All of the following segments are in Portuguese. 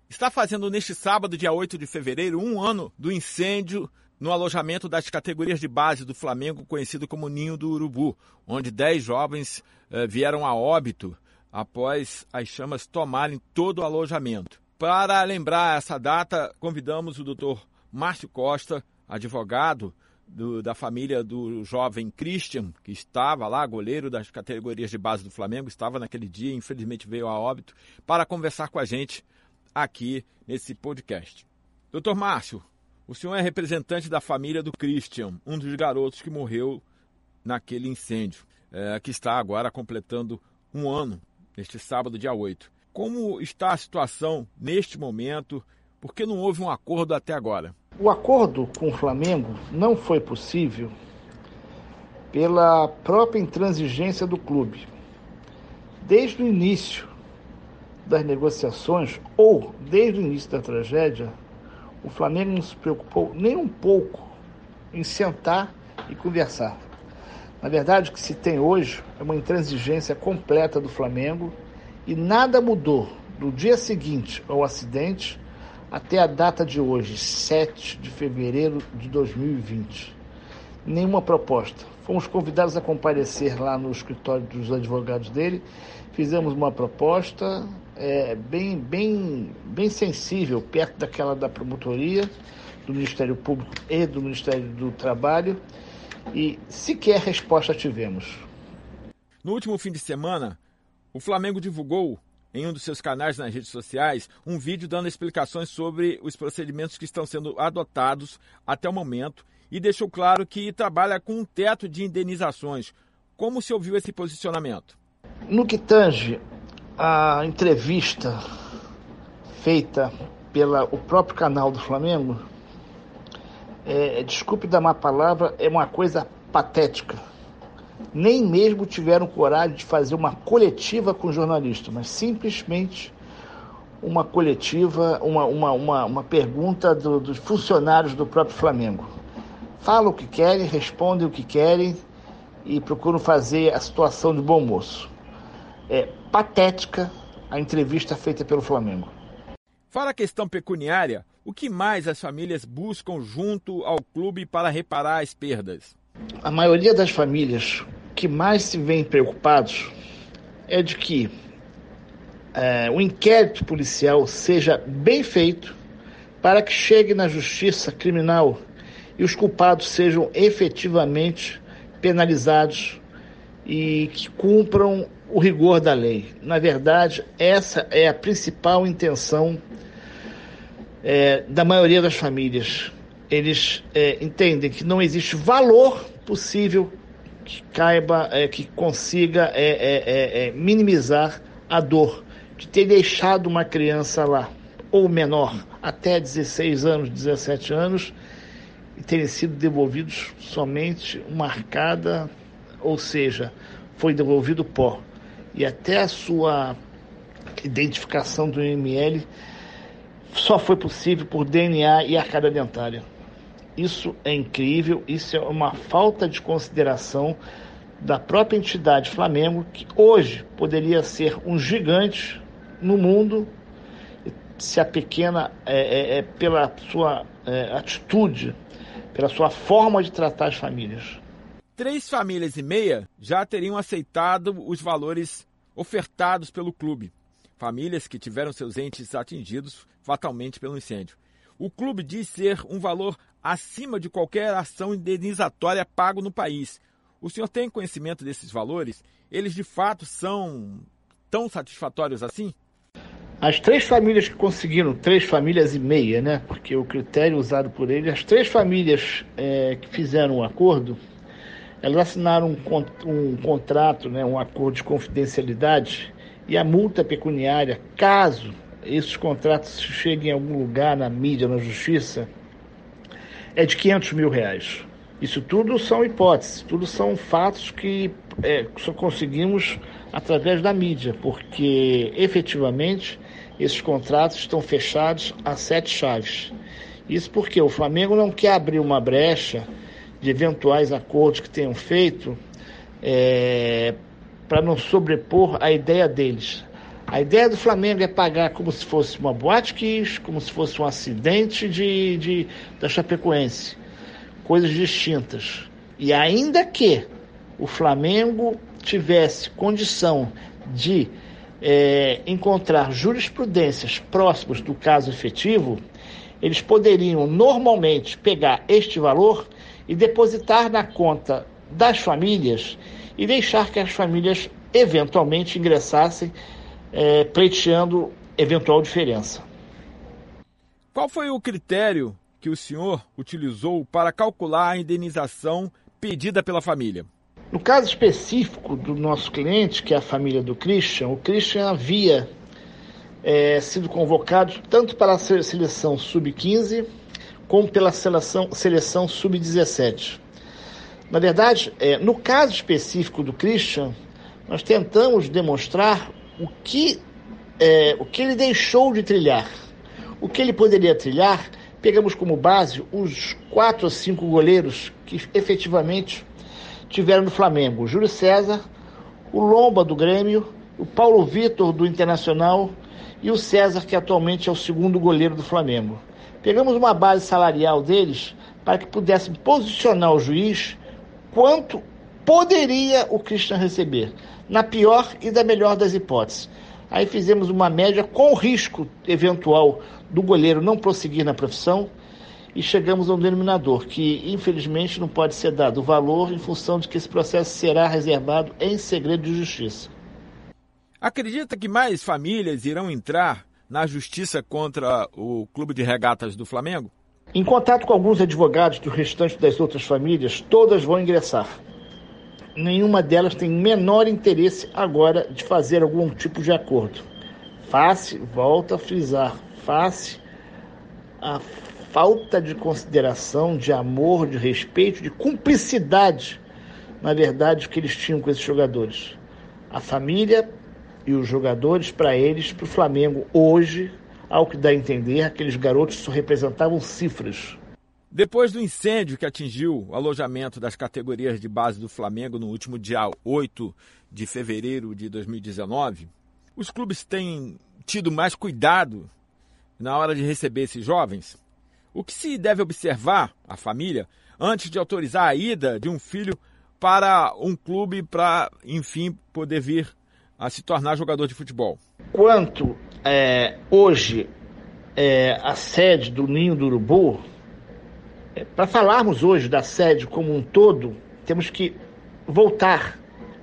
está fazendo neste sábado, dia 8 de fevereiro, 1 ano do incêndio no alojamento das categorias de base do Flamengo, conhecido como Ninho do Urubu, onde 10 jovens vieram a óbito após as chamas tomarem todo o alojamento. Para lembrar essa data, convidamos o Dr. Márcio Costa, advogado da família do jovem Christian, que estava lá, goleiro das categorias de base do Flamengo, estava naquele dia, infelizmente veio a óbito, para conversar com a gente aqui nesse podcast. Dr. Márcio, o senhor é representante da família do Christian, um dos garotos que morreu naquele incêndio, que está agora completando 1 ano, neste sábado, dia 8. Como está a situação neste momento? Por que não houve um acordo até agora? O acordo com o Flamengo não foi possível pela própria intransigência do clube. Desde o início das negociações, ou desde o início da tragédia, o Flamengo não se preocupou nem um pouco em sentar e conversar. Na verdade, o que se tem hoje é uma intransigência completa do Flamengo e nada mudou do dia seguinte ao acidente até a data de hoje, 7 de fevereiro de 2020. Nenhuma proposta. Fomos convidados a comparecer lá no escritório dos advogados dele, fizemos uma proposta bem sensível, perto daquela da promotoria, do Ministério Público e do Ministério do Trabalho, e sequer resposta tivemos. No último fim de semana, o Flamengo divulgou em um dos seus canais nas redes sociais, um vídeo dando explicações sobre os procedimentos que estão sendo adotados até o momento e deixou claro que trabalha com um teto de indenizações. Como se ouviu esse posicionamento? No que tange a entrevista feita pelo próprio canal do Flamengo, desculpe dar uma palavra, é uma coisa patética. Nem mesmo tiveram coragem de fazer uma coletiva com o jornalista, mas simplesmente uma coletiva, uma pergunta dos funcionários do próprio Flamengo. Falam o que querem, respondem o que querem e procuram fazer a situação de bom moço. É patética a entrevista feita pelo Flamengo. Fora a questão pecuniária, o que mais as famílias buscam junto ao clube para reparar as perdas? A maioria das famílias que mais se veem preocupados é de que o inquérito policial seja bem feito para que chegue na justiça criminal e os culpados sejam efetivamente penalizados e que cumpram o rigor da lei. Na verdade, essa é a principal intenção da maioria das famílias. Eles entendem que não existe valor possível que consiga minimizar a dor de ter deixado uma criança lá, ou menor, até 16 anos, 17 anos, e terem sido devolvidos somente uma arcada, ou seja, foi devolvido pó. E até a sua identificação do IML só foi possível por DNA e arcada dentária. Isso é incrível, isso é uma falta de consideração da própria entidade Flamengo, que hoje poderia ser um gigante no mundo, se a pequena pela sua atitude, pela sua forma de tratar as famílias. 3,5 famílias já teriam aceitado os valores ofertados pelo clube. Famílias que tiveram seus entes atingidos fatalmente pelo incêndio. O clube diz ser um valor acima de qualquer ação indenizatória pago no país. O senhor tem conhecimento desses valores? Eles de fato são tão satisfatórios assim? As 3 famílias que conseguiram, 3,5 famílias, né? Porque o critério usado por eles, as 3 famílias que fizeram um acordo, elas assinaram um contrato, né? Um acordo de confidencialidade, e a multa pecuniária, caso esses contratos cheguem em algum lugar na mídia, na justiça, é de R$500 mil. Isso tudo são hipóteses, tudo são fatos que só conseguimos através da mídia, porque efetivamente esses contratos estão fechados a 7 chaves. Isso porque o Flamengo não quer abrir uma brecha de eventuais acordos que tenham feito para não sobrepor a ideia deles. A ideia do Flamengo é pagar como se fosse uma Boate Kiss, como se fosse um acidente da Chapecoense. Coisas distintas. E ainda que o Flamengo tivesse condição de encontrar jurisprudências próximas do caso efetivo, eles poderiam normalmente pegar este valor e depositar na conta das famílias e deixar que as famílias eventualmente ingressassem pleiteando eventual diferença. Qual foi o critério que o senhor utilizou para calcular a indenização pedida pela família? No caso específico do nosso cliente, que é a família do Christian, o Christian havia sido convocado tanto para a seleção sub-15 como pela seleção sub-17. Na verdade, no caso específico do Christian, nós tentamos demonstrar o que ele deixou de trilhar. O que ele poderia trilhar, pegamos como base os 4 ou 5 goleiros que efetivamente tiveram no Flamengo. O Júlio César, o Lomba do Grêmio, o Paulo Vitor do Internacional e o César, que atualmente é o segundo goleiro do Flamengo. Pegamos uma base salarial deles para que pudessem posicionar o juiz quanto poderia o Christian receber, na pior e da melhor das hipóteses. Aí fizemos uma média com o risco eventual do goleiro não prosseguir na profissão e chegamos a um denominador que, infelizmente, não pode ser dado valor em função de que esse processo será reservado em segredo de justiça. Acredita que mais famílias irão entrar na justiça contra o Clube de Regatas do Flamengo? Em contato com alguns advogados do restante das outras famílias, todas vão ingressar. Nenhuma delas tem menor interesse agora de fazer algum tipo de acordo. Volto a frisar, face a falta de consideração, de amor, de respeito, de cumplicidade, na verdade, que eles tinham com esses jogadores. A família e os jogadores, para eles, para o Flamengo, hoje, ao que dá a entender, aqueles garotos só representavam cifras. Depois do incêndio que atingiu o alojamento das categorias de base do Flamengo no último dia 8 de fevereiro de 2019, os clubes têm tido mais cuidado na hora de receber esses jovens? O que se deve observar, a família, antes de autorizar a ida de um filho para um clube para, enfim, poder vir a se tornar jogador de futebol? Quanto hoje a sede do Ninho do Urubu, para falarmos hoje da sede como um todo, temos que voltar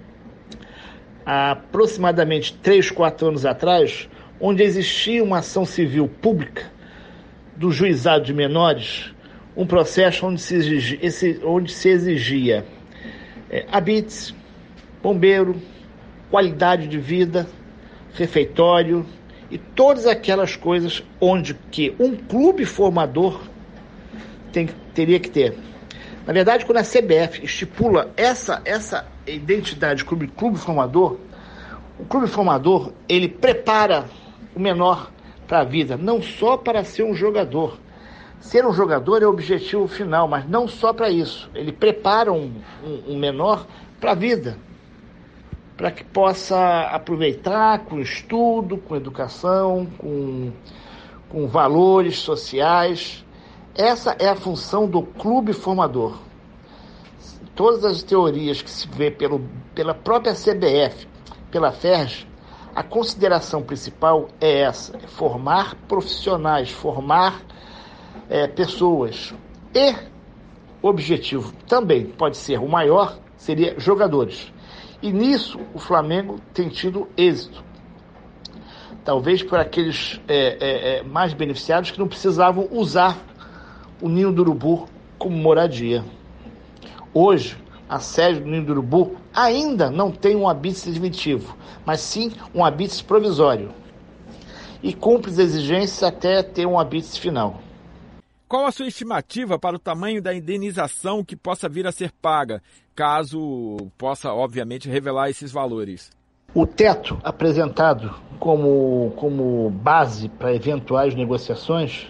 a aproximadamente 3, 4 anos atrás, onde existia uma ação civil pública do juizado de menores, um processo onde se exigia habites, bombeiro, qualidade de vida, refeitório e todas aquelas coisas onde que um clube formador teria que ter. Na verdade, quando a CBF estipula essa identidade clube formador, o clube formador, ele prepara o menor para a vida, não só para ser um jogador. Ser um jogador é o objetivo final, mas não só para isso. Ele prepara um menor para a vida, para que possa aproveitar com estudo, com educação, com valores sociais. Essa é a função do clube formador. Todas as teorias que se vê pela própria CBF, pela FERJ, a consideração principal é essa: formar profissionais, formar pessoas. E o objetivo também pode ser o maior, seria jogadores. E nisso o Flamengo tem tido êxito. Talvez por aqueles mais beneficiados que não precisavam usar o Ninho do Urubu como moradia. Hoje, a sede do Ninho do Urubu ainda não tem um habites definitivo, mas sim um habites provisório. E cumpre as exigências até ter um habites final. Qual a sua estimativa para o tamanho da indenização que possa vir a ser paga, caso possa, obviamente, revelar esses valores? O teto apresentado como base para eventuais negociações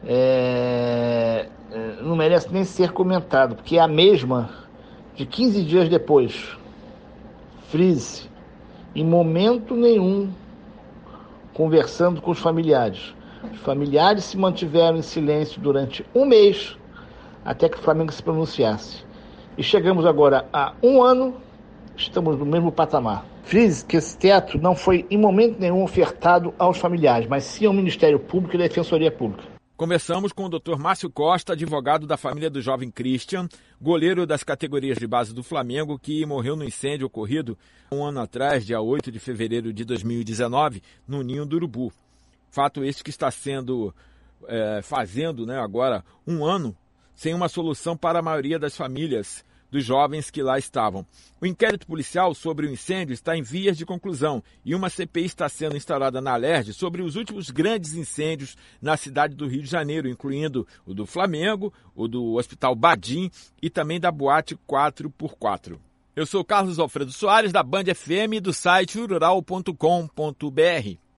não merece nem ser comentado, porque é a mesma de 15 dias depois. Frise, em momento nenhum conversando com os familiares. Os familiares se mantiveram em silêncio durante um mês até que o Flamengo se pronunciasse. E chegamos agora a 1 ano, estamos no mesmo patamar. Frise que esse teto não foi em momento nenhum ofertado aos familiares, mas sim ao Ministério Público e à Defensoria Pública. Conversamos com o Dr. Márcio Costa, advogado da família do jovem Christian, goleiro das categorias de base do Flamengo, que morreu no incêndio ocorrido um ano atrás, dia 8 de fevereiro de 2019, no Ninho do Urubu. Fato este que está sendo fazendo agora um ano sem uma solução para a maioria das famílias dos jovens que lá estavam. O inquérito policial sobre o incêndio está em vias de conclusão e uma CPI está sendo instaurada na Alerj sobre os últimos grandes incêndios na cidade do Rio de Janeiro, incluindo o do Flamengo, o do Hospital Badim e também da Boate 4x4. Eu sou Carlos Alfredo Soares, da Band FM e do site rural.com.br.